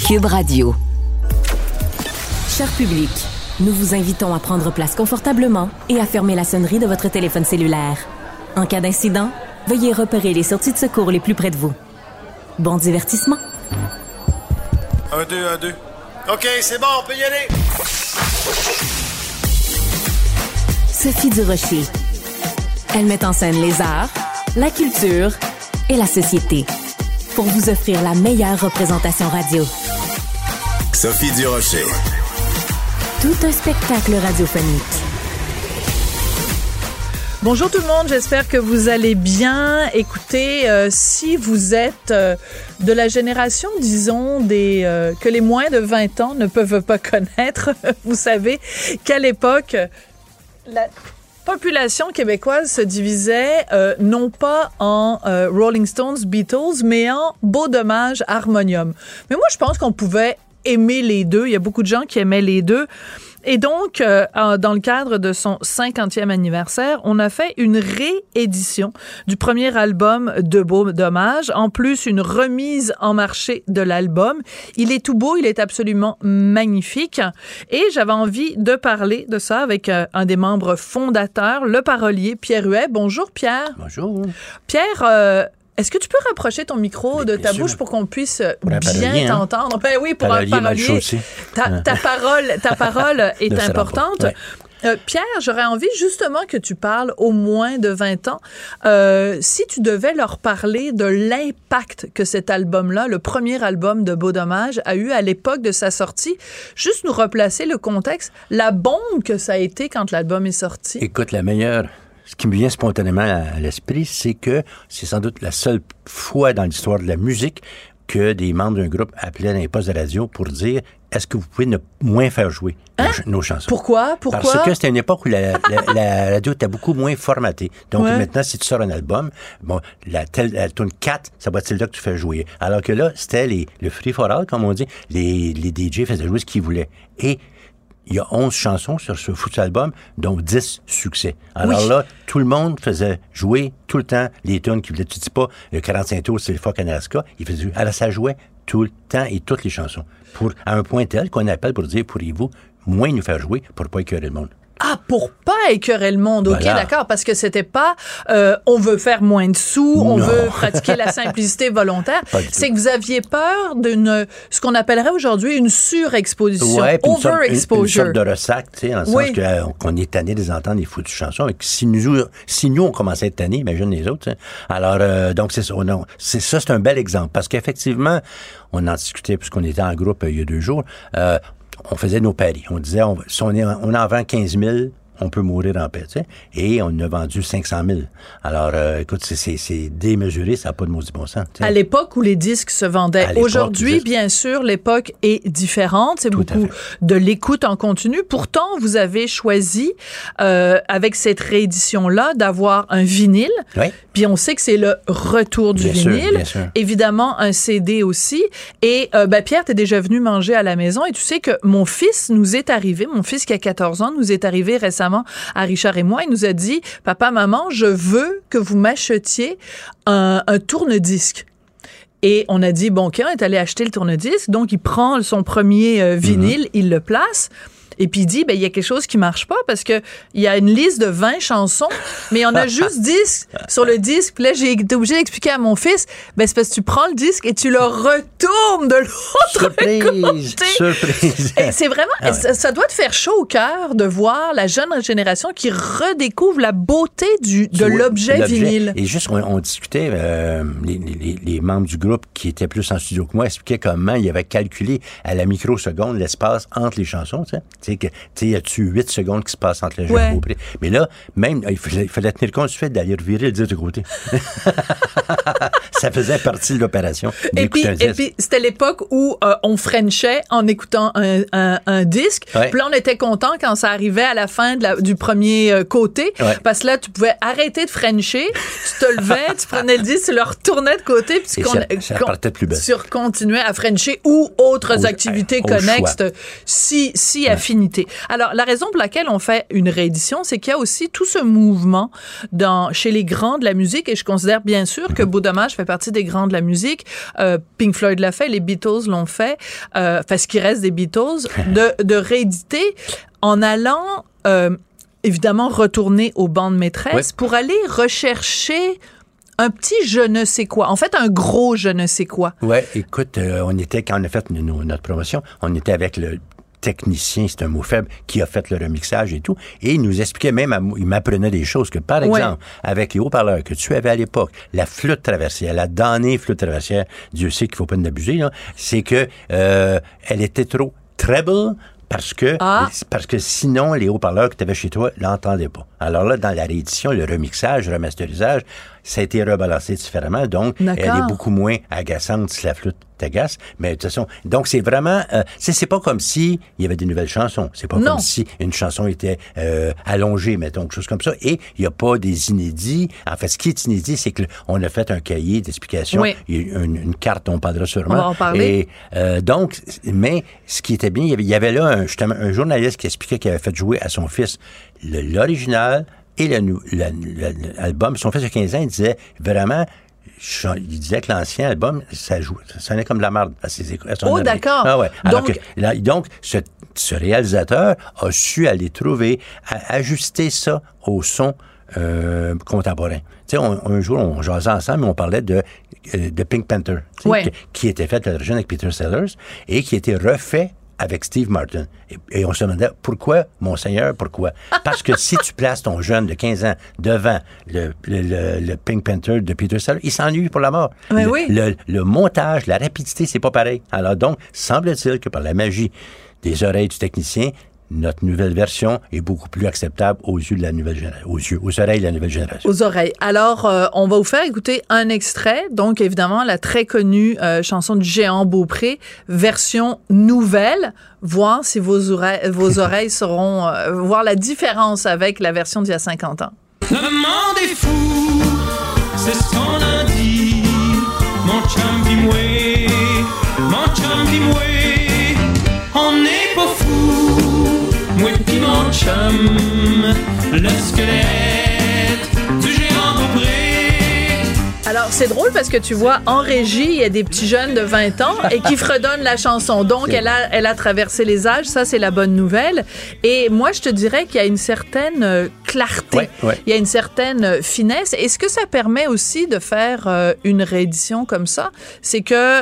Cube Radio. Cher public, nous vous invitons à prendre place confortablement et à fermer la sonnerie de votre téléphone cellulaire. En cas d'incident, veuillez repérer les sorties de secours les plus près de vous. Bon divertissement. 1, 2, 1, 2. OK, c'est bon, on peut y aller. Sophie Durocher. Elle met en scène les arts, la culture et la société pour vous offrir la meilleure représentation radio. Sophie Durocher. Tout un spectacle radiophonique. Bonjour tout le monde, j'espère que vous allez bien. Écoutez, si vous êtes de la génération, disons, que les moins de 20 ans ne peuvent pas connaître, vous savez qu'à l'époque, la population québécoise se divisait non pas en Rolling Stones, Beatles, mais en Beau Dommage, Harmonium. Mais moi, je pense qu'on pouvait aimer les deux. Il y a beaucoup de gens qui aimaient les deux. Et donc, dans le cadre de son 50e anniversaire, on a fait une réédition du premier album de Beau Dommage, en plus une remise en marché de l'album. Il est tout beau, il est absolument magnifique. Et j'avais envie de parler de ça avec un des membres fondateurs, le parolier Pierre Huet. Bonjour Pierre. Bonjour. Pierre, est-ce que tu peux rapprocher ton micro de ta bouche pour qu'on puisse bien t'entendre? Ben oui, pour un parolier. Ta parole est importante. Ouais. Pierre, j'aurais envie justement que tu parles aux moins de 20 ans. Si tu devais leur parler de l'impact que cet album-là, le premier album de Beau Dommage, a eu à l'époque de sa sortie, juste nous replacer le contexte, la bombe que ça a été quand l'album est sorti. Écoute, la meilleure... Ce qui me vient spontanément à l'esprit, c'est que c'est sans doute la seule fois dans l'histoire de la musique que des membres d'un groupe appelaient dans les postes de radio pour dire « Est-ce que vous pouvez ne moins faire jouer nos chansons? » Pourquoi? Parce que c'était une époque où la radio était beaucoup moins formatée. Donc maintenant, si tu sors un album, bon, la tune 4, ça va être celle-là que tu fais jouer. Alors que là, c'était le free for all, comme on dit. Les DJ faisaient jouer ce qu'ils voulaient. Et il y a 11 chansons sur ce foutu album, dont 10 succès. Alors là, tout le monde faisait jouer tout le temps les tunes qui voulaient. Tu dis pas, le 45 tours, c'est le Fuck Alaska. Il faisait jouer. Alors ça jouait tout le temps et toutes les chansons. À un point tel qu'on appelle pour dire, pourriez-vous moins nous faire jouer pour pas écœurer le monde? Ah, pour pas écœurer le monde. OK, voilà. D'accord, parce que c'était pas on veut faire moins de sous, on veut pratiquer la simplicité volontaire. C'est que vous aviez peur d'une, ce qu'on appellerait aujourd'hui une surexposition, overexposure. Une sorte de ressac, tu sais, dans le sens qu'on est tanné des entendre des foutues chansons. Et que si nous, on commençait à être tannés, imagine les autres. T'sais. Alors, donc, c'est ça. C'est un bel exemple. Parce qu'effectivement, on en discutait puisqu'on était en groupe il y a 2 jours, on faisait nos paris. On disait, si on en vend 15 000, on peut mourir en paix, tu sais. Et on a vendu 500 000. Alors, écoute, c'est démesuré, ça n'a pas de maudit bon sens. T'sais. À l'époque où les disques se vendaient. Aujourd'hui, bien sûr, l'époque est différente. C'est beaucoup de l'écoute en continu. Pourtant, vous avez choisi, avec cette réédition-là, d'avoir un vinyle. Oui. Puis on sait que c'est le retour du vinyle. Bien sûr. Évidemment, un CD aussi. Et Pierre, t'es déjà venu manger à la maison et tu sais que mon fils qui a 14 ans, nous est arrivé récemment à Richard et moi, il nous a dit « Papa, maman, je veux que vous m'achetiez un tourne-disque. » Et on a dit « Bon, OK, on est allé acheter le tourne-disque. » Donc, il prend son premier vinyle, il le place. Et puis il dit, il y a quelque chose qui marche pas parce que il y a une liste de 20 chansons, mais on a juste 10 sur le disque. Puis là, j'ai été obligée d'expliquer à mon fils, c'est parce que tu prends le disque et tu le retournes de l'autre côté. Surprise! Et c'est vraiment, ça doit te faire chaud au cœur de voir la jeune génération qui redécouvre la beauté de l'objet vinyle. Et juste, on discutait, les membres du groupe qui étaient plus en studio que moi expliquaient comment ils avaient calculé à la microseconde l'espace entre les chansons, tu sais. Tu sais, y a-tu 8 secondes qui se passent entre les jeux auprès. Mais là, même, il fallait tenir compte du fait d'aller revirer le disque de côté. Ça faisait partie de l'opération. Et puis, c'était l'époque où on frenchait en écoutant un disque. Ouais. Puis là, on était content quand ça arrivait à la fin du premier côté. Ouais. Parce que là, tu pouvais arrêter de frencher, tu te levais, tu prenais le disque, tu le retournais de côté, puis ça partait plus belle. Tu continuais à frencher ou autres activités connexes si affinité. Alors, la raison pour laquelle on fait une réédition, c'est qu'il y a aussi tout ce mouvement chez les grands de la musique, et je considère bien sûr que Beau Dommage fait partie des grands de la musique. Pink Floyd l'a fait, les Beatles l'ont fait, ce qui reste des Beatles, de rééditer en allant évidemment retourner aux bandes maîtresses pour aller rechercher un petit je ne sais quoi. En fait, un gros je ne sais quoi. Oui, écoute, quand on a fait notre promotion, on était avec le technicien, c'est un mot faible, qui a fait le remixage et tout, et il nous expliquait même, il m'apprenait des choses que, par exemple, avec les haut-parleurs que tu avais à l'époque, la flûte traversière, la damnée flûte traversière, Dieu sait qu'il faut pas en abuser, là, c'est que elle était trop treble, parce que sinon, les haut-parleurs que tu avais chez toi l'entendaient pas. Alors là, dans la réédition, le remixage, le remasterisage, ça a été rebalancé différemment. Donc, elle est beaucoup moins agaçante si la flûte t'agace. Mais de toute façon, donc c'est vraiment... c'est pas comme si il y avait des nouvelles chansons. C'est pas comme si une chanson était allongée, mettons, quelque chose comme ça. Et il n'y a pas des inédits. En fait, ce qui est inédit, c'est qu'on a fait un cahier d'explications. Oui. Il y a une carte, on parlera sûrement. On va en parler. Et donc, mais ce qui était bien, il y avait là justement un journaliste qui expliquait qu'il avait fait jouer à son fils l'original et l'album. Son fils de 15 ans, il disait vraiment... Il disait que l'ancien album, ça sonnait comme de la merde à ses écoutes. Oh, d'accord. Ah ouais. Donc, ce réalisateur a su aller trouver, ajuster ça au son contemporain. Tu sais, un jour, on jasait ensemble et on parlait de Pink Panther, qui était fait à l'origine avec Peter Sellers et qui a été refait avec Steve Martin. Et on se demandait, pourquoi, Monseigneur, pourquoi? Parce que si tu places ton jeune de 15 ans devant le Pink Panther de Peter Sellers, il s'ennuie pour la mort. Le montage, la rapidité, c'est pas pareil. Alors donc, semble-t-il que par la magie des oreilles du technicien, notre nouvelle version est beaucoup plus acceptable aux yeux de la nouvelle génération, aux oreilles de la nouvelle génération. Aux oreilles. Alors, on va vous faire écouter un extrait. Donc, évidemment, la très connue chanson du Géant Beaupré, version nouvelle. Voir si vos oreilles sauront voir la différence avec la version d'il y a 50 ans. Le monde est fou, c'est ce qu'on a dit. Mon chum dit moué, mon chum dit moué. On n'est pas fou. Moi pis mon chum, le squelette du Géant Beaupré. Alors, c'est drôle parce que tu vois, en régie, il y a des petits jeunes de 20 ans et qui fredonnent la chanson. Donc, elle a traversé les âges. Ça, c'est la bonne nouvelle. Et moi, je te dirais qu'il y a une certaine clarté. Il y a une certaine finesse. Et ce que ça permet aussi de faire une réédition comme ça, c'est que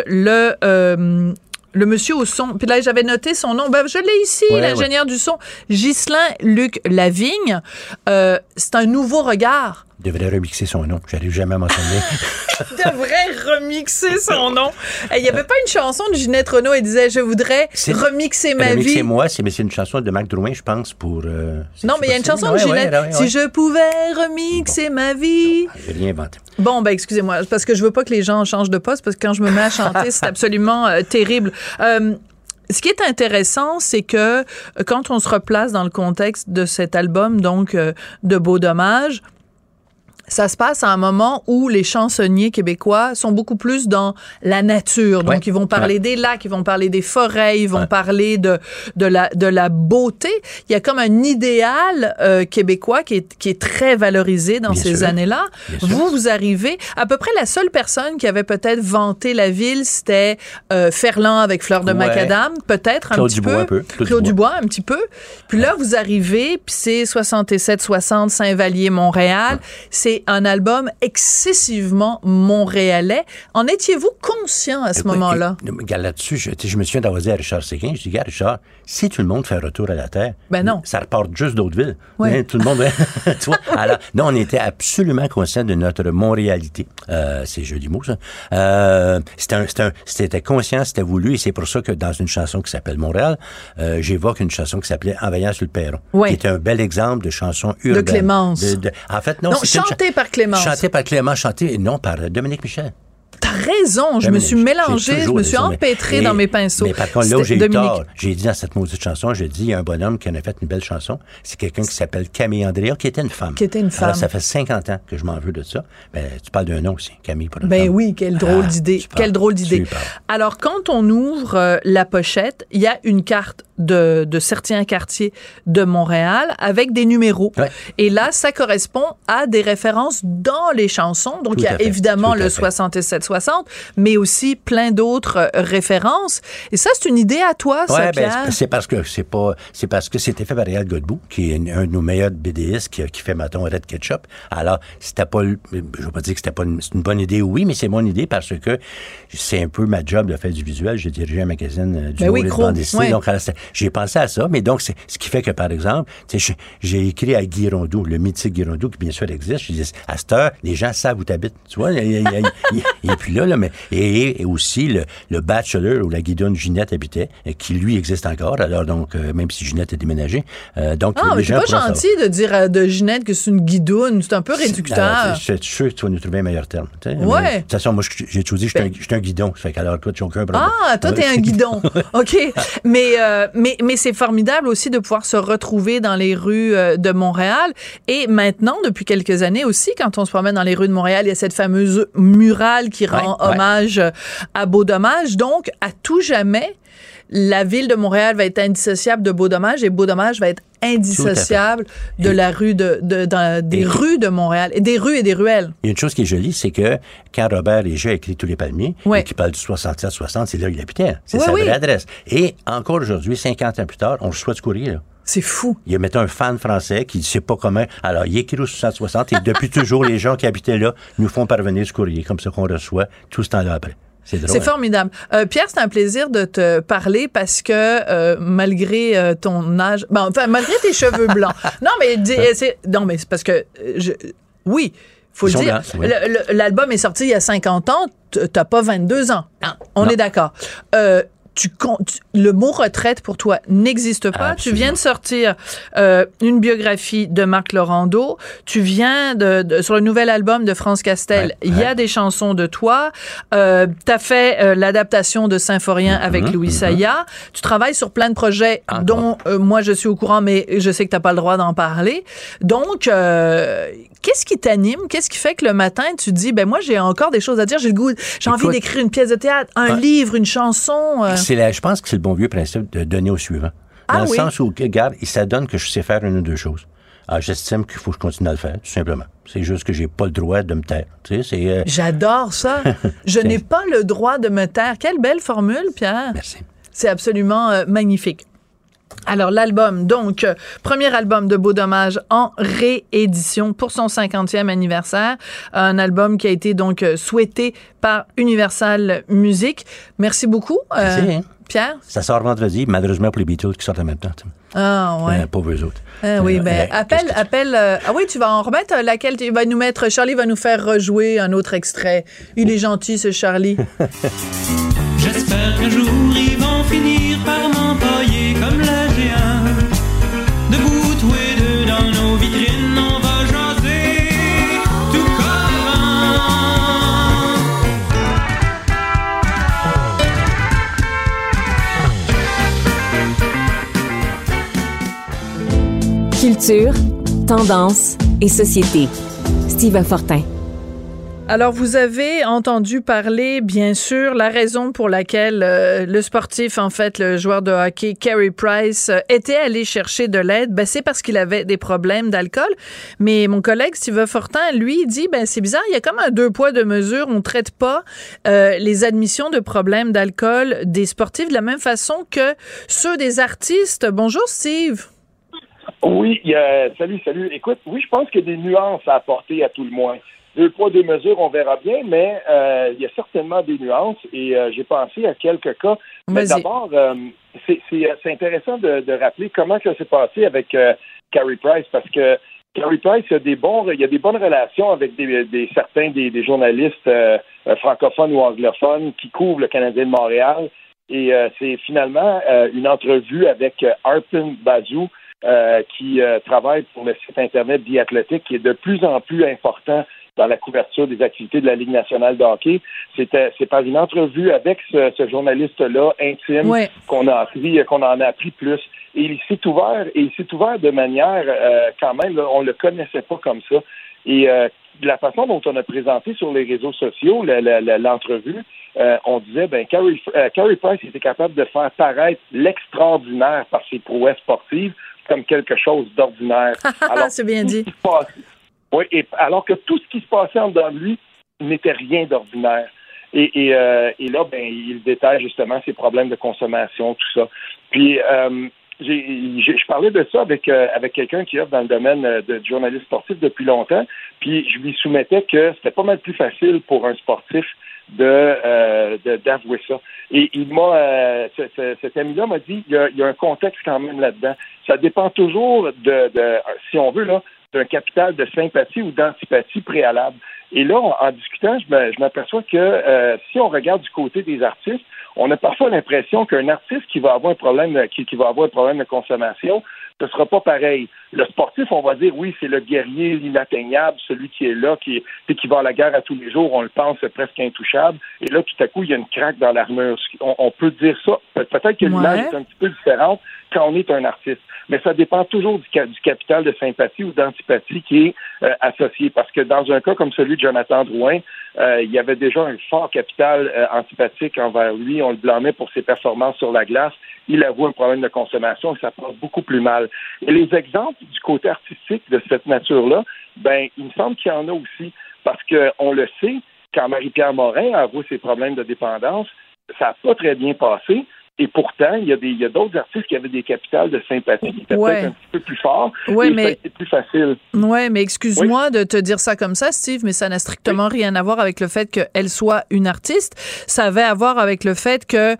le monsieur au son, puis là, j'avais noté son nom, je l'ai ici, l'ingénieur du son, Ghislain-Luc Lavigne. C'est un nouveau regard. Il devrait remixer son nom. J'arrive jamais à m'en souvenir. Il devrait remixer son nom. Il n'y avait pas une chanson de Ginette Renault, elle disait « Je voudrais remixer ma vie ». Remixez-moi, c'est une chanson de Marc Drouin, je pense, pour... non, mais il y a une chanson de Ginette. Si je pouvais remixer ma vie... J'ai rien inventé. Bon, excusez-moi, parce que je veux pas que les gens changent de poste, parce que quand je me mets à chanter, c'est absolument terrible. Ce qui est intéressant, c'est que quand on se replace dans le contexte de cet album, donc de Beau Dommage, ça se passe à un moment où les chansonniers québécois sont beaucoup plus dans la nature. Donc, ils vont parler des lacs, ils vont parler des forêts, ils vont parler de la beauté. Il y a comme un idéal québécois qui est très valorisé dans ces années-là. Vous arrivez... À peu près la seule personne qui avait peut-être vanté la ville, c'était Ferland avec Fleur de Macadam, peut-être un petit peu. Claude Dubois, un petit peu. Puis là, vous arrivez, puis c'est 67-60 Saint-Vallier, Montréal. C'est un album excessivement montréalais. En étiez-vous conscient à ce moment-là? Regarde, là-dessus, je me souviens d'avoir dit à Richard Séguin, je dis, gars, Richard, si tout le monde fait un retour à la Terre, non. Ça repart juste d'autres villes. Tout le monde... tu vois? Alors, non, on était absolument conscient de notre montréalité. C'est joli mot, ça. C'était conscient, c'était voulu, et c'est pour ça que dans une chanson qui s'appelle Montréal, j'évoque une chanson qui s'appelait En veillant sur le perron, qui est un bel exemple de chanson urbaine. De Clémence. En fait, non, chantée par Clémence. Chantée par Clémence, non, par Dominique Michel. T'as raison. Je me suis mélangée, je me suis empêtrée dans mes pinceaux. Mais par contre, là où j'ai eu tort, j'ai dit dans cette maudite chanson, j'ai dit, il y a un bonhomme qui en a fait une belle chanson. C'est quelqu'un qui s'appelle Camille Andrea, qui était une femme. Alors, ça fait 50 ans que je m'en veux de ça. Ben, tu parles d'un nom aussi, Camille. Pour une femme. Oui, quelle drôle d'idée. Quelle drôle d'idée. Super. Alors, quand on ouvre la pochette, il y a une carte de certains quartiers de Montréal avec des numéros. Ouais. Et là, ça correspond à des références dans les chansons. Donc, il y a évidemment le 67-60, mais aussi plein d'autres références. Et ça, c'est une idée à toi, ça, Pierre? C'est parce que c'était fait par Réal Godbout, qui est un de nos meilleurs BDistes, qui fait, mettons, Red Ketchup. Alors, c'était pas, je veux pas dire que c'était pas une bonne idée, oui, mais c'est mon idée parce que c'est un peu ma job de faire du visuel. J'ai dirigé un magazine du de bande dessinée. Donc, j'ai pensé à ça, mais donc, c'est ce qui fait que, par exemple, j'ai écrit à Guy Rondeau, le mythique Guy Rondeau, qui bien sûr existe. Je dis, à cette heure, les gens savent où t'habites. Tu vois, il est plus là, mais, et aussi le bachelor où la guidonne Ginette habitait, qui lui existe encore. Alors, donc, même si Ginette a déménagé. Donc, mais c'est pas gentil de dire de Ginette que c'est une guidoune. C'est un peu réducteur. Je suis sûr que tu vas nous trouver un meilleur terme. Ouais. De toute façon, moi, j'ai choisi, je suis un guidon. Fait qu'alors, toi, tu n'as aucun problème. Ah, toi, t'es un guidon. OK. Mais c'est formidable aussi de pouvoir se retrouver dans les rues de Montréal. Et maintenant, depuis quelques années aussi, quand on se promène dans les rues de Montréal, il y a cette fameuse murale qui rend hommage à Beau-Dommage. Donc, à tout jamais, la ville de Montréal va être indissociable de Beau-Dommage et Beau-Dommage va être indissociable de la rue des rues de Montréal, et des rues et des ruelles. Il y a une chose qui est jolie, c'est que quand Robert Léger a écrit Tous les palmiers, et qui parle du 67-60, c'est là où il habitait. C'est sa vraie adresse. Et encore aujourd'hui, 50 ans plus tard, on reçoit du courrier, là. C'est fou. Il y a maintenant un fan français qui ne sait pas comment. Alors, il écrit au 60-60 et depuis toujours, les gens qui habitaient là nous font parvenir ce courrier, comme ça qu'on reçoit tout ce temps-là après. C'est formidable. Pierre, c'est un plaisir de te parler parce que malgré ton âge, malgré tes cheveux blancs. Non, mais c'est parce que oui, faut le dire. L'album est sorti il y a 50 ans. T'as pas 22 ans. On est d'accord. Le mot retraite pour toi n'existe pas. Absolument. Tu viens de sortir une biographie de Marc Laurando. Tu viens sur le nouvel album de France Castel, il y a des chansons de toi. T'as fait l'adaptation de Symphorien avec Louis Saya. Tu travailles sur plein de projets dont moi je suis au courant, mais je sais que t'as pas le droit d'en parler. Donc, qu'est-ce qui t'anime? Qu'est-ce qui fait que le matin, tu te dis, moi, j'ai encore des choses à dire. J'ai envie d'écrire une pièce de théâtre, un livre, une chanson. Je pense que c'est le bon vieux principe de donner au suivant. Dans le sens où, regarde, ça donne que je sais faire une ou deux choses. Alors, j'estime qu'il faut que je continue à le faire, tout simplement. C'est juste que j'ai pas le droit de me taire. Tu sais, J'adore ça. Je n'ai pas le droit de me taire. Quelle belle formule, Pierre. Merci. C'est absolument magnifique. Alors, l'album, donc, premier album de Beau-Dommage en réédition pour son 50e anniversaire. Un album qui a été donc souhaité par Universal Music. Merci beaucoup, Pierre. Ça sort vendredi, malheureusement pour les Beatles qui sortent en même temps. Ah, ouais. Pauvres eux autres. Appelle. Tu vas en remettre laquelle tu vas nous mettre. Charlie va nous faire rejouer un autre extrait. Il est gentil, ce Charlie. J'espère qu'un jour ils vont finir par m'empailler comme le géant. Debout tous les deux dans nos vitrines, on va jaser tout comme avant. Culture, tendance et société. Steve Fortin. Alors, vous avez entendu parler, bien sûr, la raison pour laquelle le sportif, en fait, le joueur de hockey, Carey Price, était allé chercher de l'aide. C'est parce qu'il avait des problèmes d'alcool. Mais mon collègue Steve Fortin, lui, dit, c'est bizarre, il y a comme un deux poids, deux mesures. On traite pas les admissions de problèmes d'alcool des sportifs de la même façon que ceux des artistes. Bonjour, Steve. Oui, salut. Écoute, oui, je pense qu'il y a des nuances à apporter à tout le moins. Deux poids, deux mesures, on verra bien, mais il y a certainement des nuances et j'ai pensé à quelques cas. Mais d'abord, c'est intéressant de rappeler comment ça s'est passé avec Carey Price, parce que Carey Price, il y a des bonnes relations avec certains des journalistes francophones ou anglophones qui couvrent le Canadien de Montréal. Et c'est finalement une entrevue avec Arpin Bazou, qui travaille pour le site Internet The Athletic, qui est de plus en plus important dans la couverture des activités de la Ligue nationale de hockey. C'est par une entrevue avec ce journaliste-là intime qu'on en a appris plus. Et il s'est ouvert de manière quand même, là, on le connaissait pas comme ça. Et la façon dont on a présenté sur les réseaux sociaux l'entrevue, on disait Carey Price était capable de faire paraître l'extraordinaire par ses prouesses sportives comme quelque chose d'ordinaire. C'est bien dit. Alors que tout ce qui se passait en dedans de lui n'était rien d'ordinaire. Et là, il détaille justement ses problèmes de consommation, tout ça. Puis je parlais de ça avec quelqu'un qui œuvre dans le domaine de journaliste sportif depuis longtemps, puis je lui soumettais que c'était pas mal plus facile pour un sportif d'avouer ça. Et il m'a cet ami-là m'a dit il y a un contexte quand même là-dedans. Ça dépend toujours de si on veut là, d'un capital de sympathie ou d'antipathie préalable. Et là, en discutant, je m'aperçois que si on regarde du côté des artistes, on a parfois l'impression qu'un artiste qui va avoir un problème de consommation, ce sera pas pareil. Le sportif, on va dire, oui, c'est le guerrier, l'inatteignable, celui qui est là, qui va à la guerre à tous les jours, on le pense presque intouchable. Et là, tout à coup, il y a une craque dans l'armure. On peut dire ça. Peut-être que l'image est un petit peu différente quand on est un artiste. Mais ça dépend toujours du capital de sympathie ou d'antipathie qui est associé. Parce que dans un cas comme celui de Jonathan Drouin, il y avait déjà un fort capital antipathique envers lui. On le blâmait pour ses performances sur la glace. Il avoue un problème de consommation et ça passe beaucoup plus mal. Et les exemples du côté artistique de cette nature-là, il me semble qu'il y en a aussi. Parce qu'on le sait, quand Marie-Pierre Morin a avoué ses problèmes de dépendance, ça n'a pas très bien passé. Et pourtant, il y a d'autres artistes qui avaient des capitales de sympathie qui étaient peut-être un petit peu plus forts. Mais ça a été plus facile. Oui, mais excuse-moi de te dire ça comme ça, Steve, mais ça n'a strictement rien à voir avec le fait qu'elle soit une artiste. Ça avait à voir avec le fait que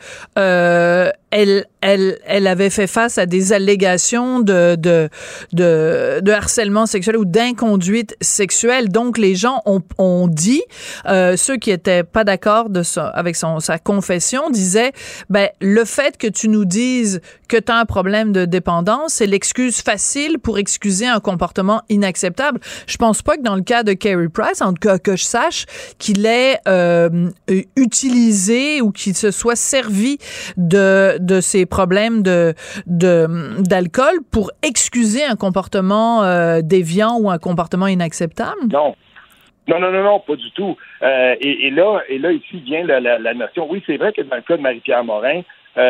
elle avait fait face à des allégations de harcèlement sexuel ou d'inconduite sexuelle. Donc, les gens ont dit, ceux qui étaient pas d'accord avec sa confession, disaient, le fait que tu nous dises que tu as un problème de dépendance, c'est l'excuse facile pour excuser un comportement inacceptable. Je pense pas que dans le cas de Carey Price, en tout cas que je sache, qu'il ait utilisé ou qu'il se soit servi de ses problèmes d'alcool pour excuser un comportement déviant ou un comportement inacceptable? Non, pas du tout. Et là, ici vient la notion. Oui, c'est vrai que dans le cas de Marie-Pierre Morin,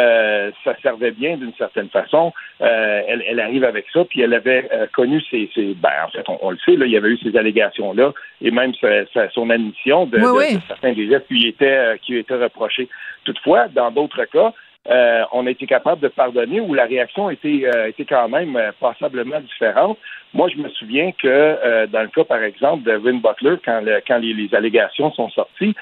ça servait bien d'une certaine façon. Elle arrive avec ça, puis elle avait connu en fait, on le sait, là, il y avait eu ces allégations-là, et même son admission de certains des gestes qui étaient reprochés. Toutefois, dans d'autres cas, on a été capable de pardonner où la réaction était quand même passablement différente. Moi, je me souviens que dans le cas, par exemple, de Win Butler, quand les allégations sont sorties,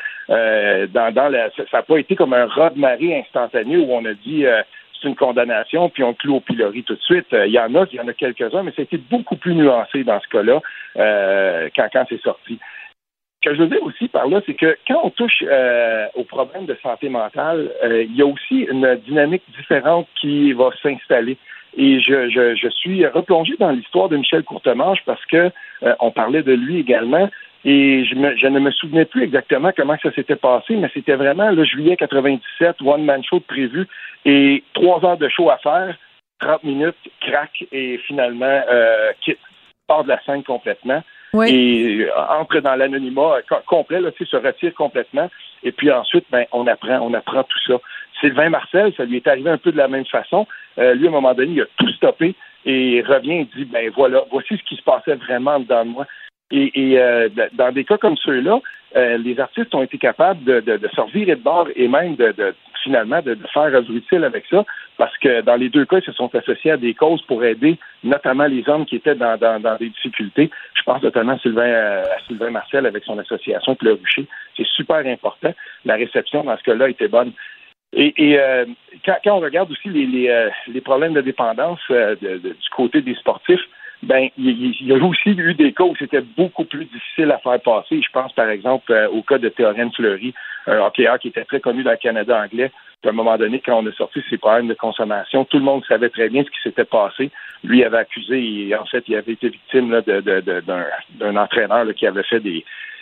ça n'a pas été comme un raz-de-marée instantané où on a dit c'est une condamnation, puis on cloue au pilori tout de suite. Il y en a quelques-uns, mais ça a été beaucoup plus nuancé dans ce cas-là quand c'est sorti. Ce que je veux dire aussi par là, c'est que quand on touche aux problèmes de santé mentale, il y a aussi une dynamique différente qui va s'installer. Et je suis replongé dans l'histoire de Michel Courtemanche parce que on parlait de lui également. Et je ne me souvenais plus exactement comment ça s'était passé, mais c'était vraiment le juillet 97, one-man show prévu, et 3 heures de show à faire, 30 minutes, crack, et finalement quitte, part de la scène complètement. Oui. Et entre dans l'anonymat complet, là, se retire complètement. Et puis ensuite, on apprend tout ça. Sylvain Marcel, ça lui est arrivé un peu de la même façon. Lui, à un moment donné, il a tout stoppé et revient et dit, voici ce qui se passait vraiment dedans de moi. Et dans des cas comme ceux-là, les artistes ont été capables de se revirer de bord et même finalement de faire œuvre utile avec ça, parce que dans les deux cas, ils se sont associés à des causes pour aider notamment les hommes qui étaient dans des difficultés. Je pense notamment à Sylvain Marcel avec son association Le Rucher. C'est super important. La réception dans ce cas-là était bonne. Et quand on regarde aussi les problèmes de dépendance du côté des sportifs, il y a aussi eu des cas où c'était beaucoup plus difficile à faire passer. Je pense, par exemple, au cas de Théorène Fleury, un hockeyeur qui était très connu dans le Canada anglais. À un moment donné, quand on a sorti ses problèmes de consommation, tout le monde savait très bien ce qui s'était passé. Lui avait accusé, et en fait, il avait été victime là, d'un entraîneur là, qui avait fait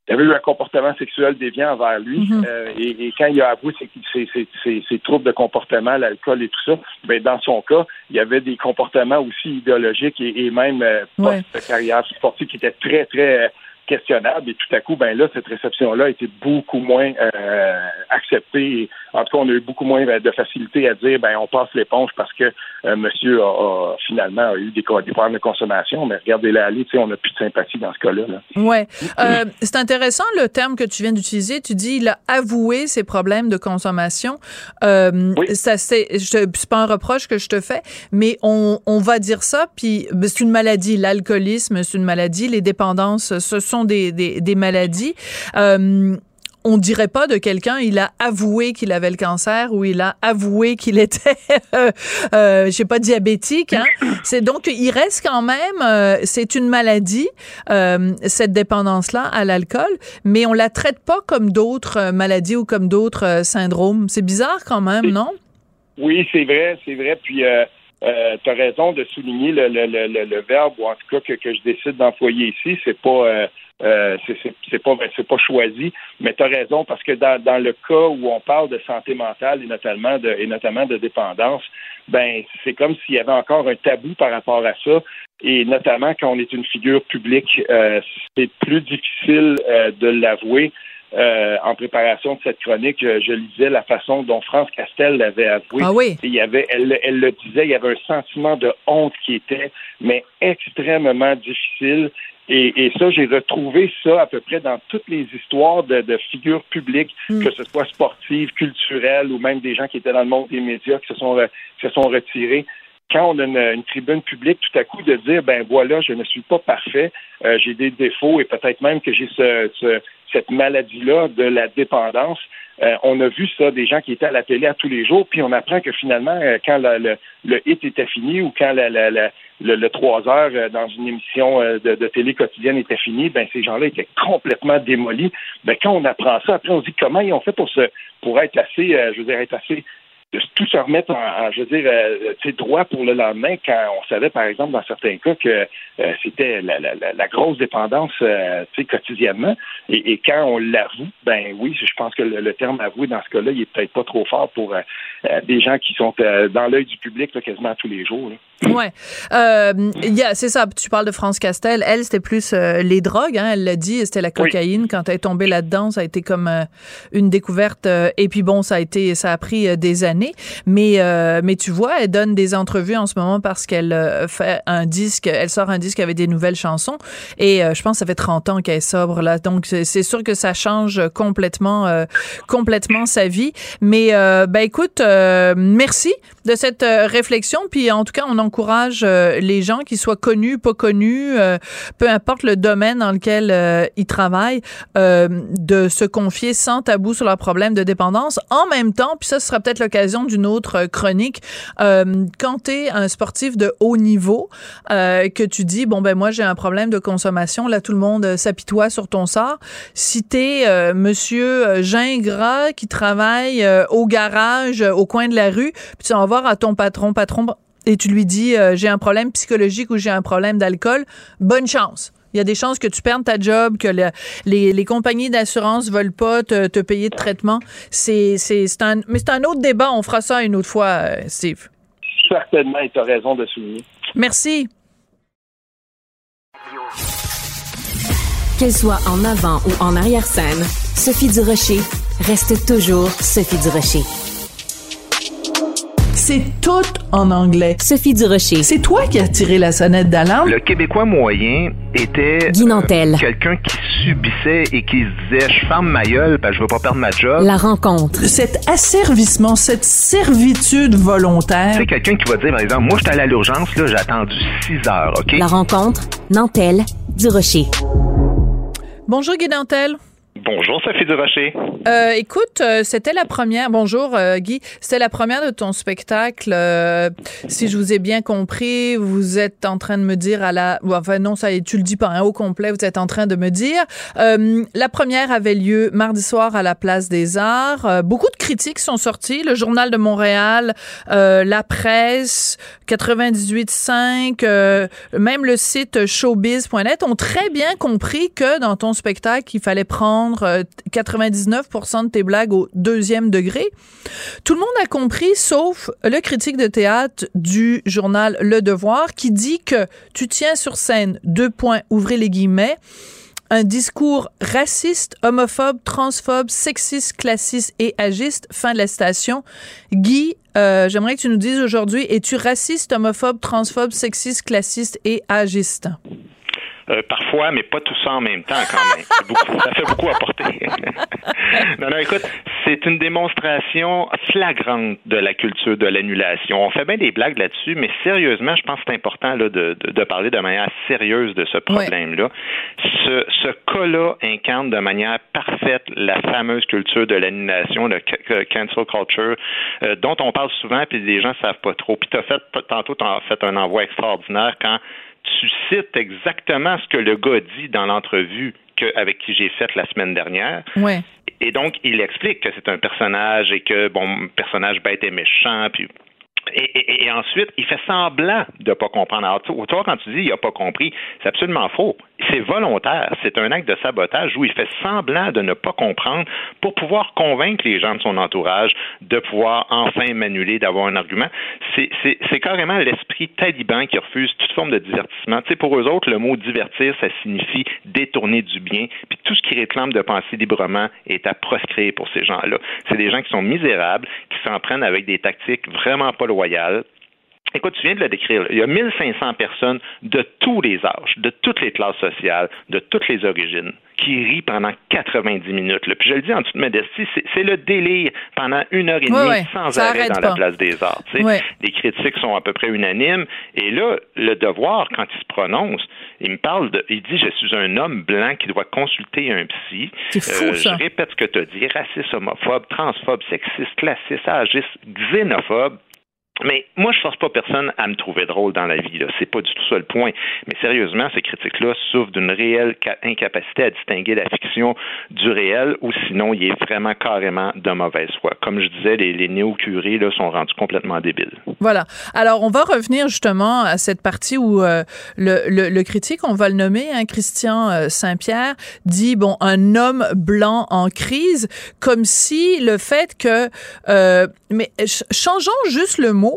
il y avait eu un comportement sexuel déviant envers lui. Et quand il a avoué ses troubles de comportement, l'alcool et tout ça, ben dans son cas, il y avait des comportements aussi idéologiques et même post-carrière sportive qui étaient très, très questionnable, et tout à coup, ben là, cette réception-là a été beaucoup moins acceptée. En tout cas, on a eu beaucoup moins de facilité à dire, ben on passe l'éponge parce que monsieur a finalement eu des problèmes de consommation, mais regardez-la aller, tu sais, on n'a plus de sympathie dans ce cas-là. Là. Ouais. C'est intéressant le terme que tu viens d'utiliser. Tu dis, il a avoué ses problèmes de consommation. Ça, c'est pas un reproche que je te fais, mais on va dire ça, puis c'est une maladie. L'alcoolisme, c'est une maladie. Les dépendances, ce sont des maladies. On dirait pas de quelqu'un, il a avoué qu'il avait le cancer ou il a avoué qu'il était, je sais pas, diabétique. Hein? C'est donc, il reste quand même, c'est une maladie, cette dépendance-là à l'alcool, mais on la traite pas comme d'autres maladies ou comme d'autres syndromes. C'est bizarre quand même, non? Oui, c'est vrai. Puis, tu as raison de souligner le verbe, ou en tout cas que je décide d'employer ici. C'est pas c'est pas choisi, mais tu as raison, parce que dans le cas où on parle de santé mentale et notamment de dépendance, ben c'est comme s'il y avait encore un tabou par rapport à ça, et notamment quand on est une figure publique, c'est plus difficile de l'avouer. En préparation de cette chronique, je lisais la façon dont France Castel l'avait avoué. Ah oui. Et elle le disait, il y avait un sentiment de honte qui était, mais extrêmement difficile. Et ça, j'ai retrouvé ça à peu près dans toutes les histoires de figures publiques, que ce soit sportives, culturelles, ou même des gens qui étaient dans le monde des médias qui se sont retirés. Quand on a une tribune publique, tout à coup, de dire, ben voilà, je ne suis pas parfait, j'ai des défauts, et peut-être même que j'ai cette maladie-là de la dépendance. On a vu ça, des gens qui étaient à la télé à tous les jours, puis on apprend que finalement, quand le hit était fini, ou quand le 3 heures dans une émission de télé quotidienne était fini, ben ces gens-là étaient complètement démolis. Ben quand on apprend ça, après on se dit comment ils ont fait pour être assez, de tout se remettre en droit pour le lendemain, quand on savait, par exemple, dans certains cas, que c'était la grosse dépendance quotidiennement. Et quand on l'avoue, ben oui, je pense que le terme avoué dans ce cas-là, il est peut-être pas trop fort pour des gens qui sont dans l'œil du public là, quasiment tous les jours. Là. Ouais. C'est ça, tu parles de France Castel. Elle, c'était plus les drogues, hein, elle l'a dit, c'était la cocaïne. Oui. Quand elle est tombée là-dedans, ça a été comme une découverte. Et puis bon, ça a pris des années. Mais tu vois, elle donne des entrevues en ce moment parce qu'elle fait un disque, elle sort un disque avec des nouvelles chansons. Et je pense que ça fait 30 ans qu'elle est sobre, là. Donc, c'est sûr que ça change complètement sa vie. Mais, écoute, merci de cette réflexion. Puis, en tout cas, on encourage les gens, qui soient connus, pas connus, peu importe le domaine dans lequel ils travaillent, de se confier sans tabou sur leurs problèmes de dépendance. En même temps, puis ça, ce sera peut-être l'occasion d'une autre chronique, quand t'es un sportif de haut niveau, que tu dis, bon, ben moi, j'ai un problème de consommation, là, tout le monde s'apitoie sur ton sort. Si t'es monsieur Gingras qui travaille au garage, au coin de la rue, puis tu vas voir à ton patron, et tu lui dis, j'ai un problème psychologique ou j'ai un problème d'alcool, bonne chance. Il y a des chances que tu perdes ta job, que les compagnies d'assurance veulent pas te payer de traitement. Mais c'est un autre débat. On fera ça une autre fois, Steve. Certainement, et tu as raison de souligner. Merci. Qu'elle soit en avant ou en arrière-scène, Sophie Durocher reste toujours Sophie Durocher. C'est tout en anglais. Sophie Durocher. C'est toi qui as tiré la sonnette d'alarme. Le Québécois moyen était Guy Nantel. Quelqu'un qui subissait et qui se disait « Je ferme ma gueule, je veux pas perdre ma job ». La rencontre. Cet asservissement, cette servitude volontaire. C'est quelqu'un qui va dire, par exemple, moi, j'étais allé à l'urgence, là, j'ai attendu 6 heures, OK? La rencontre. Nantel. Durocher. Bonjour, Guy Nantel. Bonjour, Sophie Durocher. Écoute, c'était la première. Bonjour, Guy. C'était la première de ton spectacle. Si je vous ai bien compris, vous êtes en train de me dire enfin non, ça, tu le dis pas, au complet. Vous êtes en train de me dire. La première avait lieu mardi soir à la Place des Arts. Beaucoup de critiques sont sorties. Le Journal de Montréal, La Presse, 98.5, même le site showbiz.net ont très bien compris que dans ton spectacle, il fallait prendre 99% de tes blagues au deuxième degré. Tout le monde a compris, sauf le critique de théâtre du journal Le Devoir, qui dit que tu tiens sur scène, ouvrez les guillemets, un discours raciste, homophobe, transphobe, sexiste, classiste et agiste. Fin de la citation. Guy, j'aimerais que tu nous dises aujourd'hui, es-tu raciste, homophobe, transphobe, sexiste, classiste et agiste? Parfois, mais pas tout ça en même temps quand même. Ça fait beaucoup à porter. Non, écoute, c'est une démonstration flagrante de la culture de l'annulation. On fait bien des blagues là-dessus, mais sérieusement, je pense que c'est important là, de parler de manière sérieuse de ce problème-là. Ouais. Ce cas-là incarne de manière parfaite la fameuse culture de l'annulation, le cancel culture, dont on parle souvent, puis les gens ne savent pas trop. Puis tantôt, tu as fait un envoi extraordinaire quand tu cites exactement ce que le gars dit dans l'entrevue avec qui j'ai faite la semaine dernière. Ouais. Et donc, il explique que c'est un personnage et que, personnage bête et méchant, puis... Et ensuite, il fait semblant de ne pas comprendre. Alors, toi, quand tu dis il n'a pas compris, c'est absolument faux. C'est volontaire. C'est un acte de sabotage où il fait semblant de ne pas comprendre pour pouvoir convaincre les gens de son entourage de pouvoir enfin m'annuler, d'avoir un argument. C'est carrément l'esprit taliban qui refuse toute forme de divertissement. Tu sais, pour eux autres, le mot divertir, ça signifie détourner du bien. Puis tout ce qui réclame de penser librement est à proscrire pour ces gens-là. C'est des gens qui sont misérables, qui s'en prennent avec des tactiques vraiment pas loyales. Écoute, tu viens de le décrire. Il y a 1500 personnes de tous les âges, de toutes les classes sociales, de toutes les origines, qui rient pendant 90 minutes. Là. Puis je le dis en toute modestie, c'est le délire pendant 1h30 sans arrêt dans la Place des Arts. Les critiques sont à peu près unanimes. Et là, Le Devoir, quand il se prononce, il dit « Je suis un homme blanc qui doit consulter un psy. » C'est fou, ça. Je répète ce que tu as dit. Raciste, homophobe, transphobe, sexiste, classiste, agiste, xénophobe. Mais moi, je force pas personne à me trouver drôle dans la vie. Là. C'est pas du tout ça le point. Mais sérieusement, ces critiques-là souffrent d'une réelle incapacité à distinguer la fiction du réel, ou sinon, il est vraiment carrément de mauvaise foi. Comme je disais, les néo-curés là, sont rendus complètement débiles. Voilà. Alors, on va revenir justement à cette partie où le critique, on va le nommer, Christian Saint-Pierre, dit, un homme blanc en crise, comme si le fait que... mais changeons juste le mot.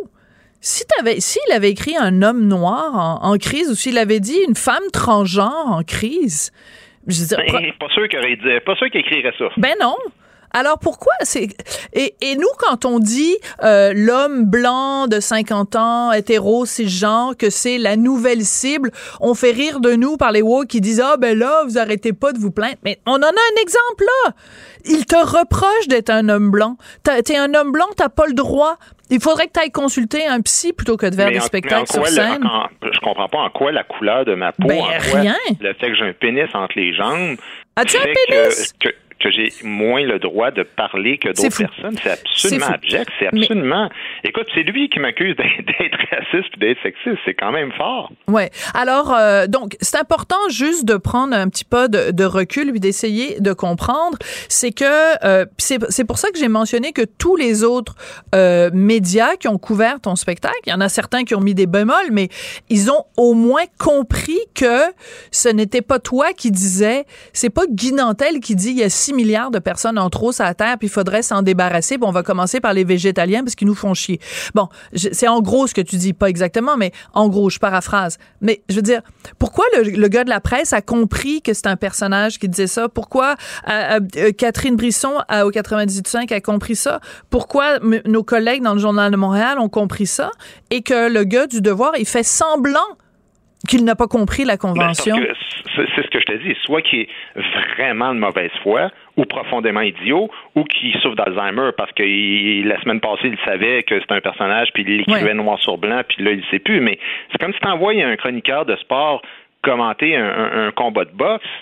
S'il avait écrit un homme noir en crise, ou s'il avait dit une femme transgenre en crise, je veux dire, pas sûr qu'il écrirait ça. Ben non. Alors pourquoi et nous quand on dit l'homme blanc de 50 ans hétéro cisgenre que c'est la nouvelle cible, on fait rire de nous par les woke qui disent là vous arrêtez pas de vous plaindre, mais on en a un exemple là. Il te reproche d'être un homme blanc. T'es un homme blanc, t'as pas le droit. Il faudrait que tu ailles consulter un psy plutôt que de faire des spectacles sur scène. Je comprends pas en quoi la couleur de ma peau, rien. Le fait que j'ai un pénis entre les jambes. As-tu un pénis? Que j'ai moins le droit de parler que d'autres personnes. C'est absolument abject. C'est absolument... Écoute, c'est lui qui m'accuse d'être raciste et d'être sexiste. C'est quand même fort. Ouais. Alors, donc, c'est important juste de prendre un petit peu de recul puis d'essayer de comprendre. C'est que... c'est pour ça que j'ai mentionné que tous les autres médias qui ont couvert ton spectacle, il y en a certains qui ont mis des bémols, mais ils ont au moins compris que ce n'était pas toi qui disais... C'est pas Guy Nantel qui dit il y a 6 milliards de personnes en trop sur la Terre, puis il faudrait s'en débarrasser, puis on va commencer par les végétaliens parce qu'ils nous font chier. Bon, c'est en gros ce que tu dis, pas exactement, mais en gros, je paraphrase. Mais je veux dire, pourquoi le gars de la presse a compris que c'est un personnage qui disait ça? Pourquoi Catherine Brisson au 98.5 a compris ça? Pourquoi nos collègues dans le Journal de Montréal ont compris ça? Et que le gars du Devoir, il fait semblant qu'il n'a pas compris la convention. C'est ce que je te dis. Soit qu'il est vraiment de mauvaise foi, ou profondément idiot, ou qui souffre d'Alzheimer parce que la semaine passée, il savait que c'était un personnage, puis il l'écrivait noir sur blanc, puis là, il ne sait plus. Mais c'est comme si tu envoyais un chroniqueur de sport commenter un combat de boxe.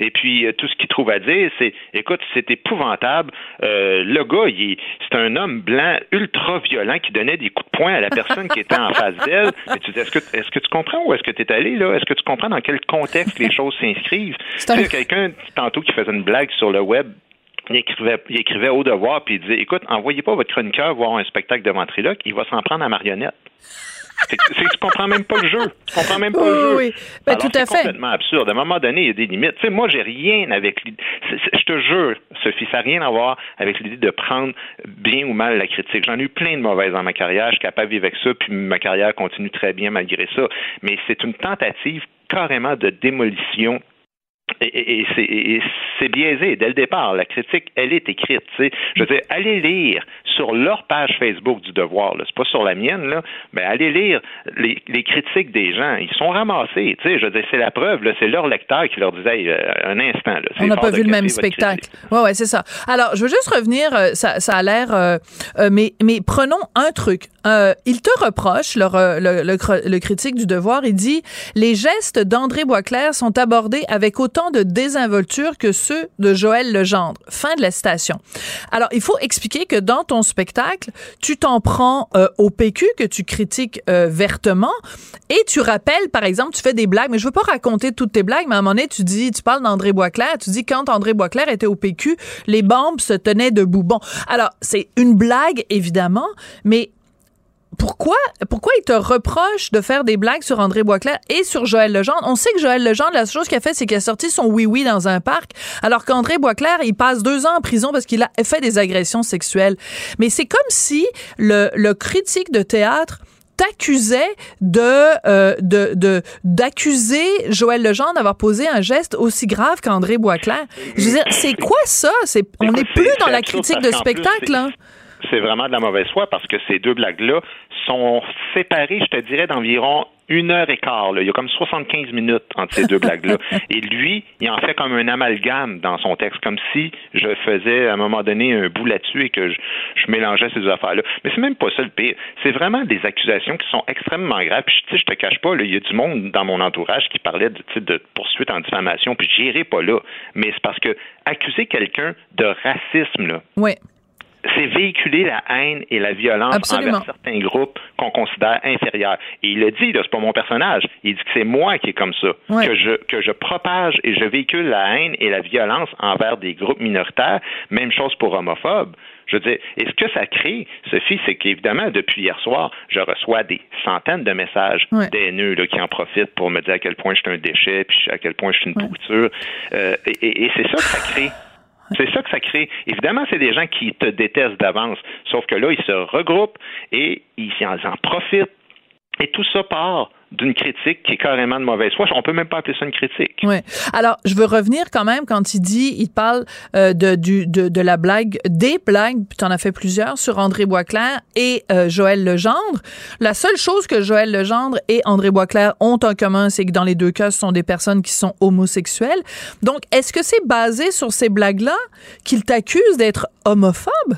Et puis, tout ce qu'il trouve à dire, c'est, écoute, c'est épouvantable. Le gars, c'est un homme blanc ultra violent qui donnait des coups de poing à la personne qui était en face d'elle. Et tu dis, est-ce que tu comprends où est-ce que tu es allé, là? Est-ce que tu comprends dans quel contexte les choses s'inscrivent? Tu sais, quelqu'un, tantôt, qui faisait une blague sur le web, il écrivait au devoir, puis il disait, écoute, envoyez pas votre chroniqueur voir un spectacle de ventriloque, il va s'en prendre à marionnette. Tu comprends même pas le jeu. Tu comprends même pas le jeu. Oui, ben, tout à fait. C'est complètement absurde. À un moment donné, il y a des limites. Tu sais, moi, j'ai rien avec l'idée. Je te jure, Sophie, ça n'a rien à voir avec l'idée de prendre bien ou mal la critique. J'en ai eu plein de mauvaises dans ma carrière. Je suis capable de vivre avec ça, puis ma carrière continue très bien malgré ça. Mais c'est une tentative carrément de démolition. Et c'est biaisé dès le départ. La critique, elle est écrite. Tu sais. Je veux dire, allez lire sur leur page Facebook du Devoir, là. C'est pas sur la mienne, là, mais allez lire les critiques des gens. Ils sont ramassés. Tu sais, je veux dire, c'est la preuve. Là, c'est leur lecteur qui leur disait un instant. Là, on n'a pas vu le même spectacle. Ouais, c'est ça. Alors, je veux juste revenir. Ça a l'air. Mais prenons un truc. Il te reproche, le critique du Devoir, il dit les gestes d'André Boisclair sont abordés avec autant de désinvolture que ceux de Joël Legendre. Fin de la citation. Alors, il faut expliquer que dans ton spectacle, tu t'en prends au PQ, que tu critiques vertement, et tu rappelles, par exemple, tu fais des blagues, mais je veux pas raconter toutes tes blagues, mais à un moment donné, tu parles d'André Boisclair, tu dis quand André Boisclair était au PQ, les bombes se tenaient debout. Bon, alors, c'est une blague, évidemment, mais pourquoi il te reproche de faire des blagues sur André Boisclair et sur Joël Legendre? On sait que Joël Legendre, la seule chose qu'il a fait, c'est qu'il a sorti son oui-oui dans un parc, alors qu'André Boisclair, il passe 2 ans en prison parce qu'il a fait des agressions sexuelles. Mais c'est comme si le critique de théâtre t'accusait d'accuser Joël Legendre d'avoir posé un geste aussi grave qu'André Boisclair. Je veux dire, c'est quoi ça? On n'est plus dans la critique de spectacle, là. C'est vraiment de la mauvaise foi parce que ces deux blagues-là sont séparées, je te dirais, d'environ 1h15. Là. Il y a comme 75 minutes entre ces deux blagues-là. Et lui, il en fait comme un amalgame dans son texte, comme si je faisais à un moment donné un bout là-dessus et que je mélangeais ces deux affaires-là. Mais c'est même pas ça le pire. C'est vraiment des accusations qui sont extrêmement graves. Puis je te cache pas, il y a du monde dans mon entourage qui parlait de poursuite en diffamation, puis j'irai pas là. Mais c'est parce que accuser quelqu'un de racisme, là. Oui. C'est véhiculer la haine et la violence envers certains groupes qu'on considère inférieurs. Et il le dit, là, c'est pas mon personnage. Il dit que c'est moi qui est comme ça, que je propage et je véhicule la haine et la violence envers des groupes minoritaires. Même chose pour homophobes. Je veux dire, et ce que ça crée, Sophie, c'est qu'évidemment, depuis hier soir, je reçois des centaines de messages d'haineux là, qui en profitent pour me dire à quel point je suis un déchet, puis à quel point je suis une pourriture. Et c'est ça que ça crée. C'est ça que ça crée. Évidemment, c'est des gens qui te détestent d'avance. Sauf que là, ils se regroupent et ils en profitent. Et tout ça part d'une critique qui est carrément de mauvaise foi. On peut même pas appeler ça une critique. Oui. Alors, je veux revenir quand même quand il parle de la blague, des blagues, puis tu en as fait plusieurs, sur André Boisclair et Joël Legendre. La seule chose que Joël Legendre et André Boisclair ont en commun, c'est que dans les deux cas, ce sont des personnes qui sont homosexuelles. Donc, est-ce que c'est basé sur ces blagues-là qu'il t'accuse d'être homophobe?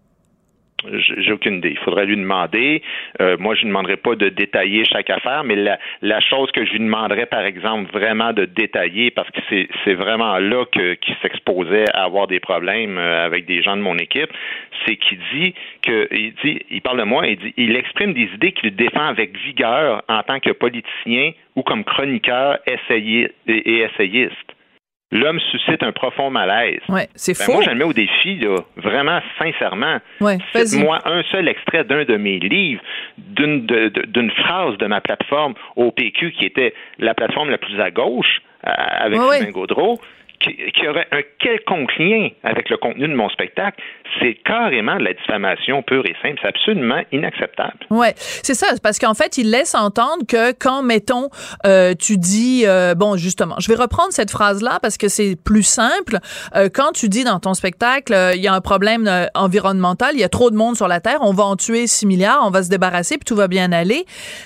J'ai aucune idée. Il faudrait lui demander. Moi, je ne demanderais pas de détailler chaque affaire, mais la chose que je lui demanderais, par exemple, vraiment de détailler, parce que c'est vraiment là qu'il s'exposait à avoir des problèmes avec des gens de mon équipe, c'est qu'il dit il parle de moi, il exprime des idées qu'il défend avec vigueur en tant que politicien ou comme chroniqueur et essayiste. L'homme suscite un profond malaise. Ouais, c'est faux. Moi, je le mets au défi, là, vraiment, sincèrement. Ouais, faites-moi un seul extrait d'un de mes livres, d'une phrase de ma plateforme au PQ, qui était la plateforme la plus à gauche, avec Sylvain Gaudreau, qui aurait un quelconque lien avec le contenu de mon spectacle. C'est carrément de la diffamation pure et simple. C'est absolument inacceptable. Ouais, c'est ça. Parce qu'en fait, il laisse entendre que quand, mettons, tu dis, bon, justement, je vais reprendre cette phrase-là parce que c'est plus simple. Quand tu dis dans ton spectacle, il y a un problème environnemental, il y a trop de monde sur la Terre, on va en tuer 6 milliards, on va se débarrasser, puis tout va bien aller.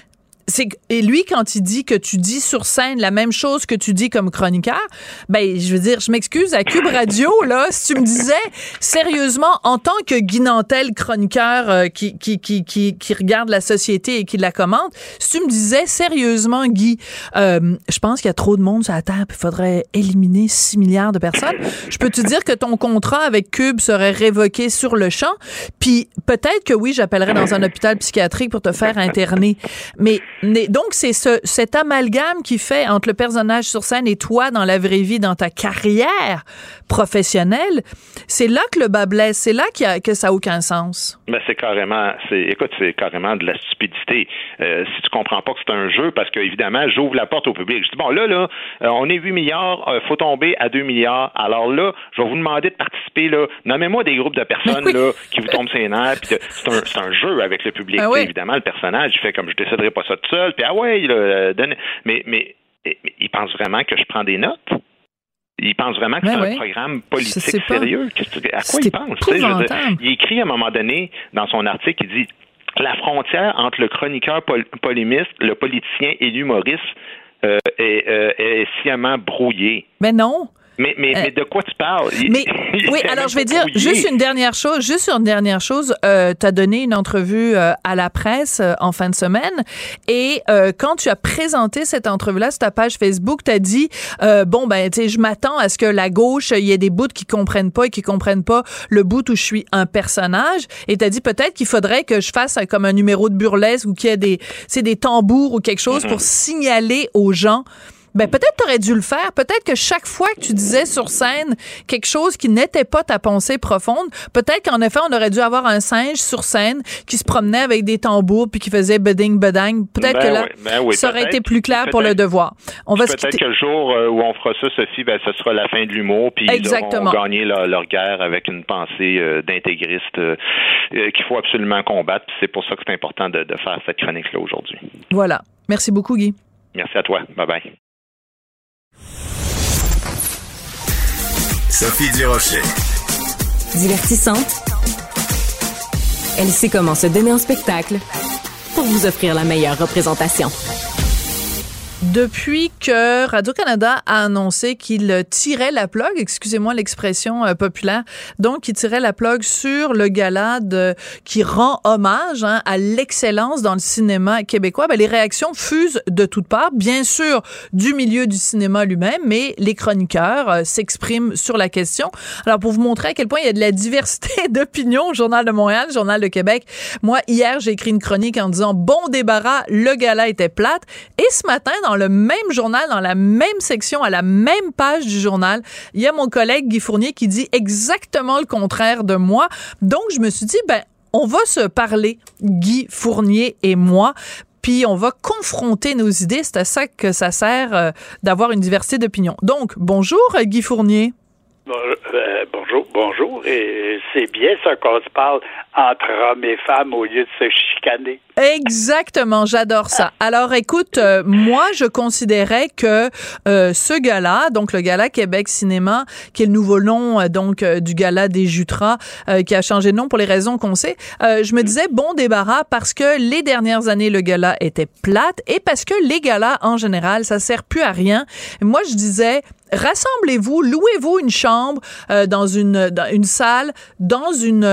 et lui, quand il dit que tu dis sur scène la même chose que tu dis comme chroniqueur, ben, je veux dire, je m'excuse, à Cube Radio, là, si tu me disais, sérieusement, en tant que Guy Nantel, chroniqueur qui regarde la société et qui la commente, si tu me disais, sérieusement, Guy, je pense qu'il y a trop de monde sur la Terre, puis il faudrait éliminer 6 milliards de personnes, je peux te dire que ton contrat avec Cube serait révoqué sur le champ, puis peut-être que oui, j'appellerais dans un hôpital psychiatrique pour te faire interner, mais donc, c'est cet amalgame qui fait entre le personnage sur scène et toi dans la vraie vie, dans ta carrière professionnelle, c'est là que le bas blesse, c'est là que ça n'a aucun sens. Mais c'est carrément de la stupidité. Si tu comprends pas que c'est un jeu, parce que évidemment, j'ouvre la porte au public. Je dis, bon, là, on est 8 milliards, faut tomber à 2 milliards. Alors là, je vais vous demander de participer, là. Nommez-moi des groupes de personnes, là, qui vous tombent ses nerfs. Puis c'est un jeu avec le public. Ah oui. Évidemment, le personnage, il fait comme je déciderai pas ça tout seul. Puis mais il pense vraiment que je prends des notes? Il pense vraiment que c'est un programme politique sérieux? À quoi il pense? Il écrit à un moment donné, dans son article, il dit « La frontière entre le chroniqueur polémiste, le politicien et l'humoriste est sciemment brouillée. » Mais non! Mais de quoi tu parles? Oui, alors je vais dire juste une dernière chose. T'as donné une entrevue à la presse en fin de semaine et quand tu as présenté cette entrevue-là sur ta page Facebook, t'as dit je m'attends à ce que la gauche, il y ait des bouts qui comprennent pas le bout où je suis un personnage, et t'as dit peut-être qu'il faudrait que je fasse comme un numéro de burlesque ou qu'il y ait des tambours ou quelque chose pour signaler aux gens. Ben, peut-être t'aurais dû le faire. Peut-être que chaque fois que tu disais sur scène quelque chose qui n'était pas ta pensée profonde, peut-être qu'en effet, on aurait dû avoir un singe sur scène qui se promenait avec des tambours puis qui faisait beding bedang. Peut-être que là, ça aurait été plus clair pour le devoir. Peut-être que le jour où on fera ça, Sophie, ben, ce sera la fin de l'humour, puis ils auront gagné leur guerre avec une pensée d'intégriste qu'il faut absolument combattre. Puis c'est pour ça que c'est important de faire cette chronique-là aujourd'hui. Voilà. Merci beaucoup, Guy. Merci à toi. Bye-bye. Sophie Durocher. Divertissante. Elle sait comment se donner en spectacle pour vous offrir la meilleure représentation. Depuis que Radio-Canada a annoncé qu'il tirait la plug, excusez-moi l'expression populaire, donc il tirait la plug sur le gala qui rend hommage à l'excellence dans le cinéma québécois, ben, les réactions fusent de toutes parts, bien sûr du milieu du cinéma lui-même, mais les chroniqueurs s'expriment sur la question. Alors pour vous montrer à quel point il y a de la diversité d'opinions au Journal de Montréal, Journal de Québec, moi hier j'ai écrit une chronique en disant bon débarras, le gala était plate, et ce matin dans le même journal, dans la même section, à la même page du journal, il y a mon collègue Guy Fournier qui dit exactement le contraire de moi. Donc, je me suis dit, on va se parler, Guy Fournier et moi, puis on va confronter nos idées. C'est à ça que ça sert d'avoir une diversité d'opinions. Donc, bonjour Guy Fournier. Bonjour. Et c'est bien ça qu'on se parle entre hommes et femmes au lieu de se chicaner. Exactement, j'adore ça. Alors, écoute, moi, je considérais que ce gala, donc le Gala Québec Cinéma, qui est le nouveau nom du Gala des Jutras, qui a changé de nom pour les raisons qu'on sait, je me disais bon débarras parce que les dernières années, le gala était plate et parce que les galas, en général, ça sert plus à rien. Et moi, je disais rassemblez-vous, louez-vous une chambre dans une salle, dans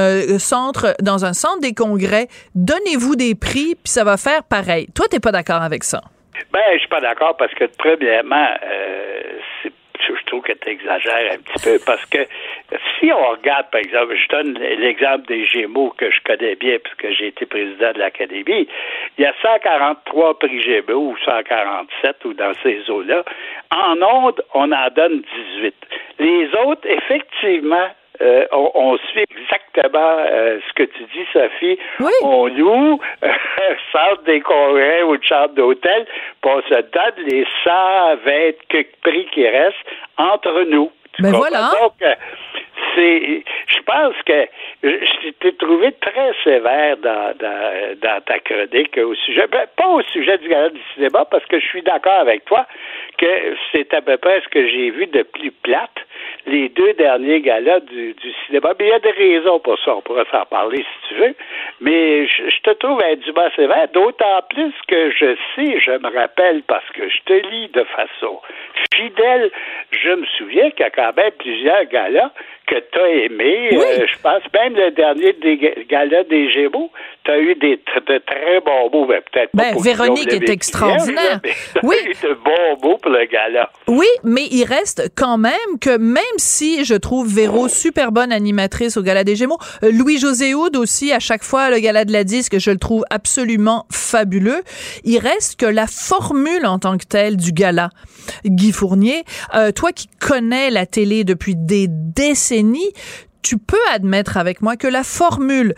un centre des congrès, donnez-vous des prix, puis ça va faire pareil. Toi, t'es pas d'accord avec ça? Je suis pas d'accord parce que, premièrement, je trouve que tu exagères un petit peu parce que si on regarde, par exemple, je donne l'exemple des Gémeaux que je connais bien puisque j'ai été président de l'Académie, il y a 143 prix Gémeaux ou 147 ou dans ces eaux-là. En ondes, on en donne 18. Les autres, effectivement, on suit exactement ce que tu dis, Sophie. Oui. On loue centre des congrès ou une chambre d'hôtel, puis on se donne les 120 prix qui restent entre nous. Ben voilà. Donc, je pense que je t'ai trouvé très sévère dans ta chronique au sujet, pas au sujet du gala du cinéma, parce que je suis d'accord avec toi que c'est à peu près ce que j'ai vu de plus plate, les 2 derniers galas du cinéma. Mais il y a des raisons pour ça, on pourra s'en parler si tu veux, mais je te trouve indûment sévère, d'autant plus que je me rappelle, parce que je te lis de façon fidèle, je me souviens qu'il y a quand même plusieurs galas que tu as aimés. Oui. Je pense même le dernier des galas des Gémeaux, tu as eu de très bons mots. Peut-être pas pour Véronique est extraordinaire. Oui. Tu as eu de bons mots pour le gala. Oui, mais il reste quand même que, même si je trouve Véro super bonne animatrice au gala des Gémeaux, Louis-José Houd aussi, à chaque fois, le gala de la disque, je le trouve absolument fabuleux. Il reste que la formule en tant que telle du gala, Guy Fournier, toi qui connais la télé depuis des décennies, tu peux admettre avec moi que la formule,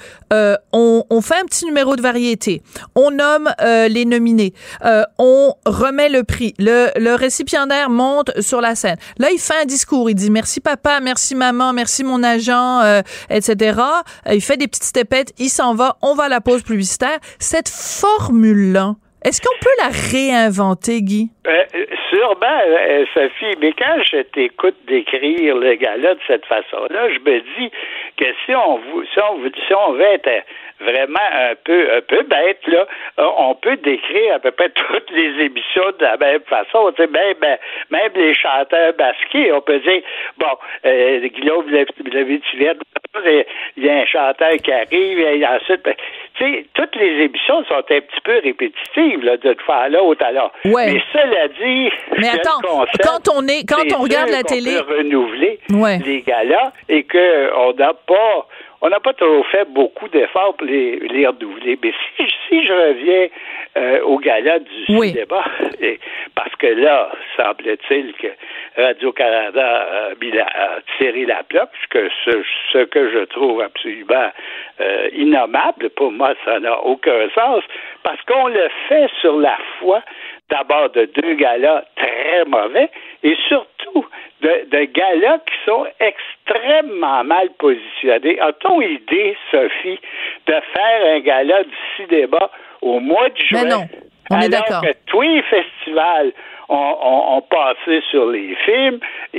on fait un petit numéro de variété, on nomme les nominés, on remet le prix, le récipiendaire monte sur la scène. Là, il fait un discours, il dit merci papa, merci maman, merci mon agent, etc. Il fait des petites stepettes, il s'en va, on va à la pause publicitaire. Cette formule-là, est-ce qu'on peut la réinventer, Guy? Sûrement, Sophie, mais quand je t'écoute décrire le gala de cette façon-là, je me dis que si on veut être vraiment un peu bête, là, on peut décrire à peu près toutes les émissions de la même façon. Tu sais, même les chanteurs masqués, on peut dire, bon, Guillaume Lavie-Tivette, il y a un chanteur qui arrive, et ensuite, tu sais, toutes les émissions sont un petit peu répétitives, là, d'une fois à l'autre. Alors, ouais. Mais cela dit, mais attends, quand on regarde la télé, on peut renouveler les galas et que on n'a pas trop fait beaucoup d'efforts pour les renouveler. Mais si je reviens au gala du cinéma, parce que là, semble-t-il que Radio-Canada a tiré la plug, ce que je trouve absolument innommable. Pour moi, ça n'a aucun sens, parce qu'on le fait sur la foi, d'abord de 2 galas très mauvais, et surtout de galas qui sont extrêmement mal positionnés. As-tu idée, Sophie, de faire un gala du cinéma au mois de juin? Mais non, on est d'accord. Alors que tous les festivals ont passé sur les films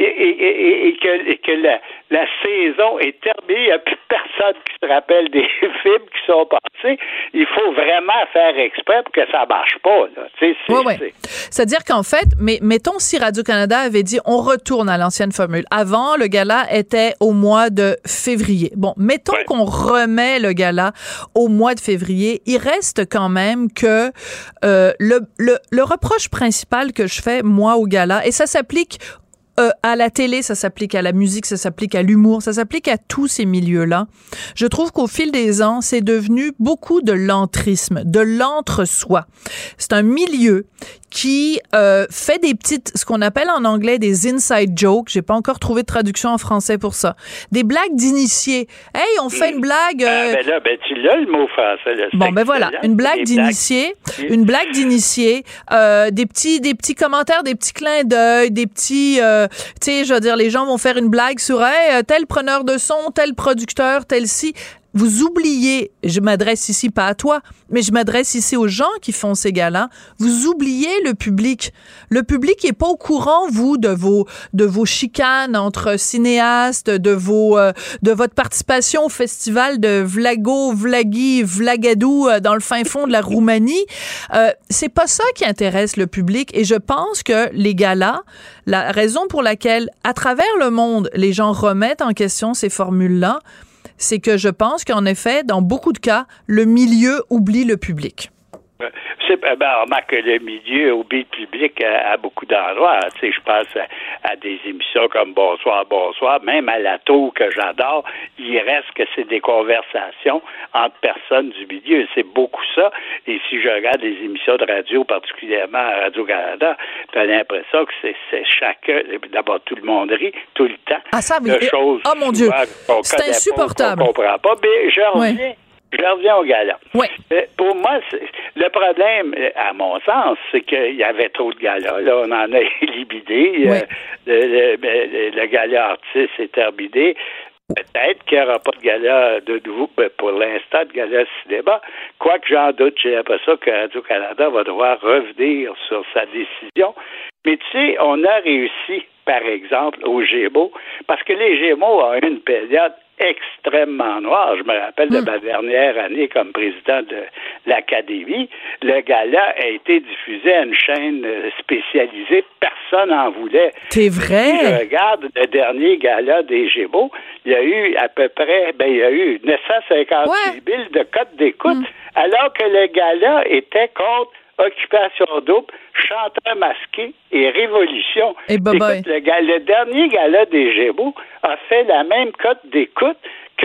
et que la saison est terminée. Il n'y a plus personne qui se rappelle des films qui sont passés. Il faut vraiment faire exprès pour que ça marche pas. Oui. C'est-à-dire qu'en fait, mettons si Radio-Canada avait dit on retourne à l'ancienne formule. Avant, le gala était au mois de février. Bon, mettons qu'on remet le gala au mois de février. Il reste quand même que le reproche principal que je fais, moi, au gala, et ça s'applique à la télé, ça s'applique à la musique, ça s'applique à l'humour, ça s'applique à tous ces milieux-là. Je trouve qu'au fil des ans, c'est devenu beaucoup de l'entrisme, de l'entre-soi. C'est un milieu qui fait des petites, ce qu'on appelle en anglais des inside jokes. J'ai pas encore trouvé de traduction en français pour ça. Des blagues d'initiés. Hey, on fait une blague. Tu l'as le mot français. Là, bon, voilà, une blague d'initié, des petits commentaires, des petits clins d'œil, des petits, tu sais, je veux dire, les gens vont faire une blague sur tel preneur de son, tel producteur, tel ci. Vous oubliez, je m'adresse ici pas à toi, mais je m'adresse ici aux gens qui font ces galas, vous oubliez le public. Le public est pas au courant, vous, de vos chicanes entre cinéastes, de votre participation au festival de Vlagadou dans le fin fond de la Roumanie. C'est pas ça qui intéresse le public, et je pense que les galas, la raison pour laquelle, à travers le monde, les gens remettent en question ces formules-là, c'est que je pense qu'en effet, dans beaucoup de cas, le milieu oublie le public. Remarque que le milieu oublie le public à beaucoup d'endroits. Tu sais, je pense à des émissions comme Bonsoir, même à La Tour, que j'adore, il reste que c'est des conversations entre personnes du milieu. C'est beaucoup ça. Et si je regarde les émissions de radio, particulièrement à Radio-Canada, tu as l'impression que c'est chacun, d'abord tout le monde rit, tout le temps. Ah ça, mais... Oh mon Dieu, c'est insupportable. On comprend pas. Mais je reviens au gala. Oui. Pour moi, le problème, à mon sens, c'est qu'il y avait trop de galas. Là, on en a éliminé. Le gala artiste est terminé. Peut-être qu'il n'y aura pas de gala de nouveau, pour l'instant, de gala cinéma. Quoique j'en doute, j'ai l'impression que Radio-Canada va devoir revenir sur sa décision. Mais tu sais, on a réussi, par exemple, aux Gémeaux, parce que les Gémeaux ont eu une période extrêmement noire. Je me rappelle de ma dernière année comme président de l'Académie. Le gala a été diffusé à une chaîne spécialisée. Personne n'en voulait. C'est vrai? Si je regarde le dernier gala des Gémeaux, il y a eu à peu près, il y a eu 958 000 de cotes d'écoute, alors que le gala était contre Occupation double, Chanteur masqué et Révolution. Écoute, le dernier gala des Gémeaux a fait la même cote d'écoute que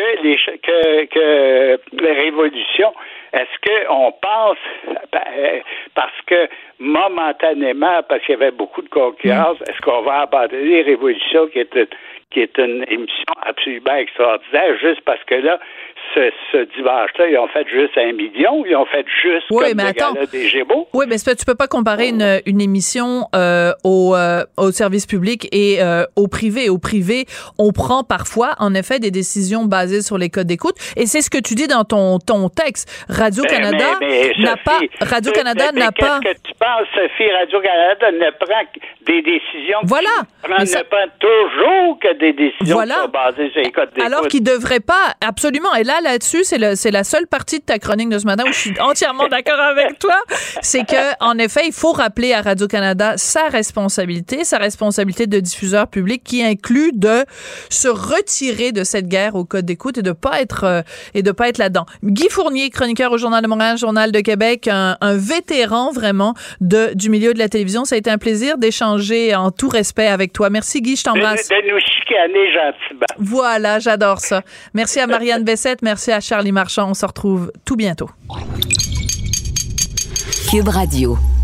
les Révolutions. Est-ce qu'on pense, parce que momentanément, parce qu'il y avait beaucoup de concurrence, est-ce qu'on va abandonner les Révolutions, qui est une émission absolument extraordinaire, juste parce que là, ce dimanche-là, ils ont fait juste 1 million, ils ont fait juste comme le gala des Gémeaux. Oui, mais tu peux pas comparer une émission au service public et au privé. Au privé, on prend parfois, en effet, des décisions basées sur les codes d'écoute, et c'est ce que tu dis dans ton texte. Radio-Canada n'a pas... Qu'est-ce que tu penses, Sophie? Radio-Canada ne prend des décisions... Voilà. Ne prend toujours que des décisions qui sont basées sur les codes d'écoute. Alors qu'ils devraient pas, absolument. Et là-dessus, c'est la seule partie de ta chronique de ce matin où je suis entièrement d'accord avec toi. C'est que, en effet, il faut rappeler à Radio-Canada sa responsabilité de diffuseur public, qui inclut de se retirer de cette guerre au code d'écoute et de pas être là-dedans. Guy Fournier, chroniqueur au Journal de Montréal, Journal de Québec, un vétéran vraiment du milieu de la télévision. Ça a été un plaisir d'échanger en tout respect avec toi. Merci Guy, je t'embrasse. De nous chicaner gentiment. Voilà, j'adore ça. Merci à Marianne Bessette, merci à Charlie Marchand. On se retrouve tout bientôt. Cube Radio.